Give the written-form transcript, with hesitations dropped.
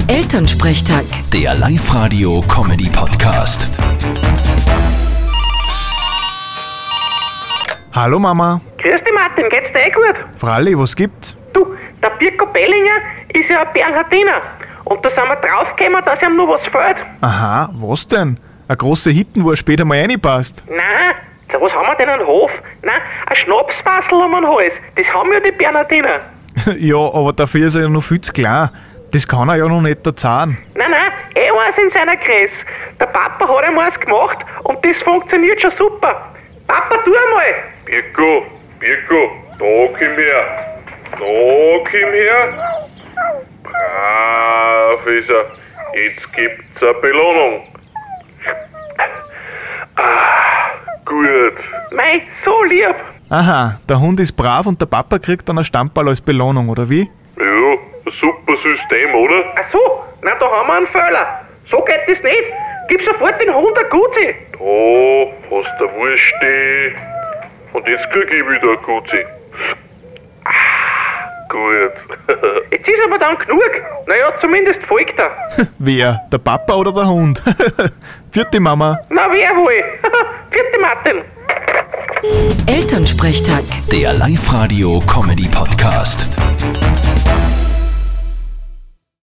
Elternsprechtag. Der Live-Radio-Comedy-Podcast. Hallo Mama. Grüß dich Martin, geht's dir gut? Fralli, was gibt's? Du, der Birko Bellinger ist ja ein Bernhardiner. Und da sind wir draufgekommen, dass ihm noch was fehlt. Aha, was denn? Eine große Hitten, wo er später mal reinpasst. Nein, was haben wir denn an Hof? Nein, ein Schnapsfassel um den Hals. Das haben ja die Bernhardiner. Ja, aber dafür ist er ja noch viel zu klein. Das kann er ja noch nicht erzahlen. Nein, eins in seiner Größe. Der Papa hat ihm eins gemacht und das funktioniert schon super. Papa, tu einmal. Birko, da komm her. Brav ist er. Jetzt gibt's eine Belohnung. Gut. Mei, so lieb. Aha, der Hund ist brav und der Papa kriegt dann ein Stamperl als Belohnung, oder wie? Ja, ein super System, oder? Ach so, nein, da haben wir einen Fehler. So geht das nicht. Gib sofort den Hund ein Gutzi. Da hast du Wursti. Und jetzt krieg ich wieder ein Gutzi. Gut. Jetzt ist aber dann genug. Naja, zumindest folgt er. Wer? Der Papa oder der Hund? Vierte Mama. Na, wer wohl? Vierte Martin. Elternsprechtag. Der Live-Radio-Comedy-Podcast.